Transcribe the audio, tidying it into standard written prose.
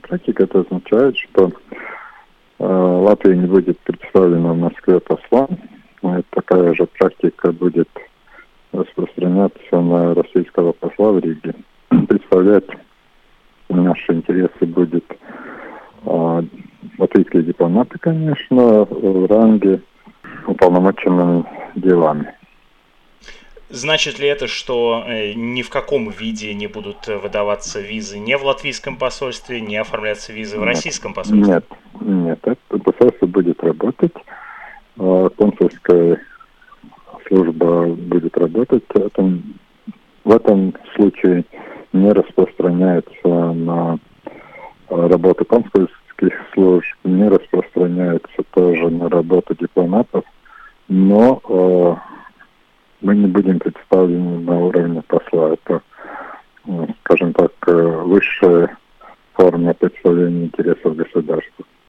практика, это означает, что Латвия не будет представлена в Москве послом. Такая же практика будет распространяться на российского посла в Риге. Представлять наши интересы будет латвийские дипломаты, конечно, в ранге уполномоченными делами. Значит ли это, что ни в каком виде не будут выдаваться визы ни в латвийском посольстве, не оформляться визы в российском посольстве? Нет, это посольство будет работать, консульская служба будет работать. В этом случае не распространяется на работу консульских служб, не распространяется тоже на работу дипломатов, но мы не будем представлены на уровне посла. Это, скажем так, высшая форма представления интересов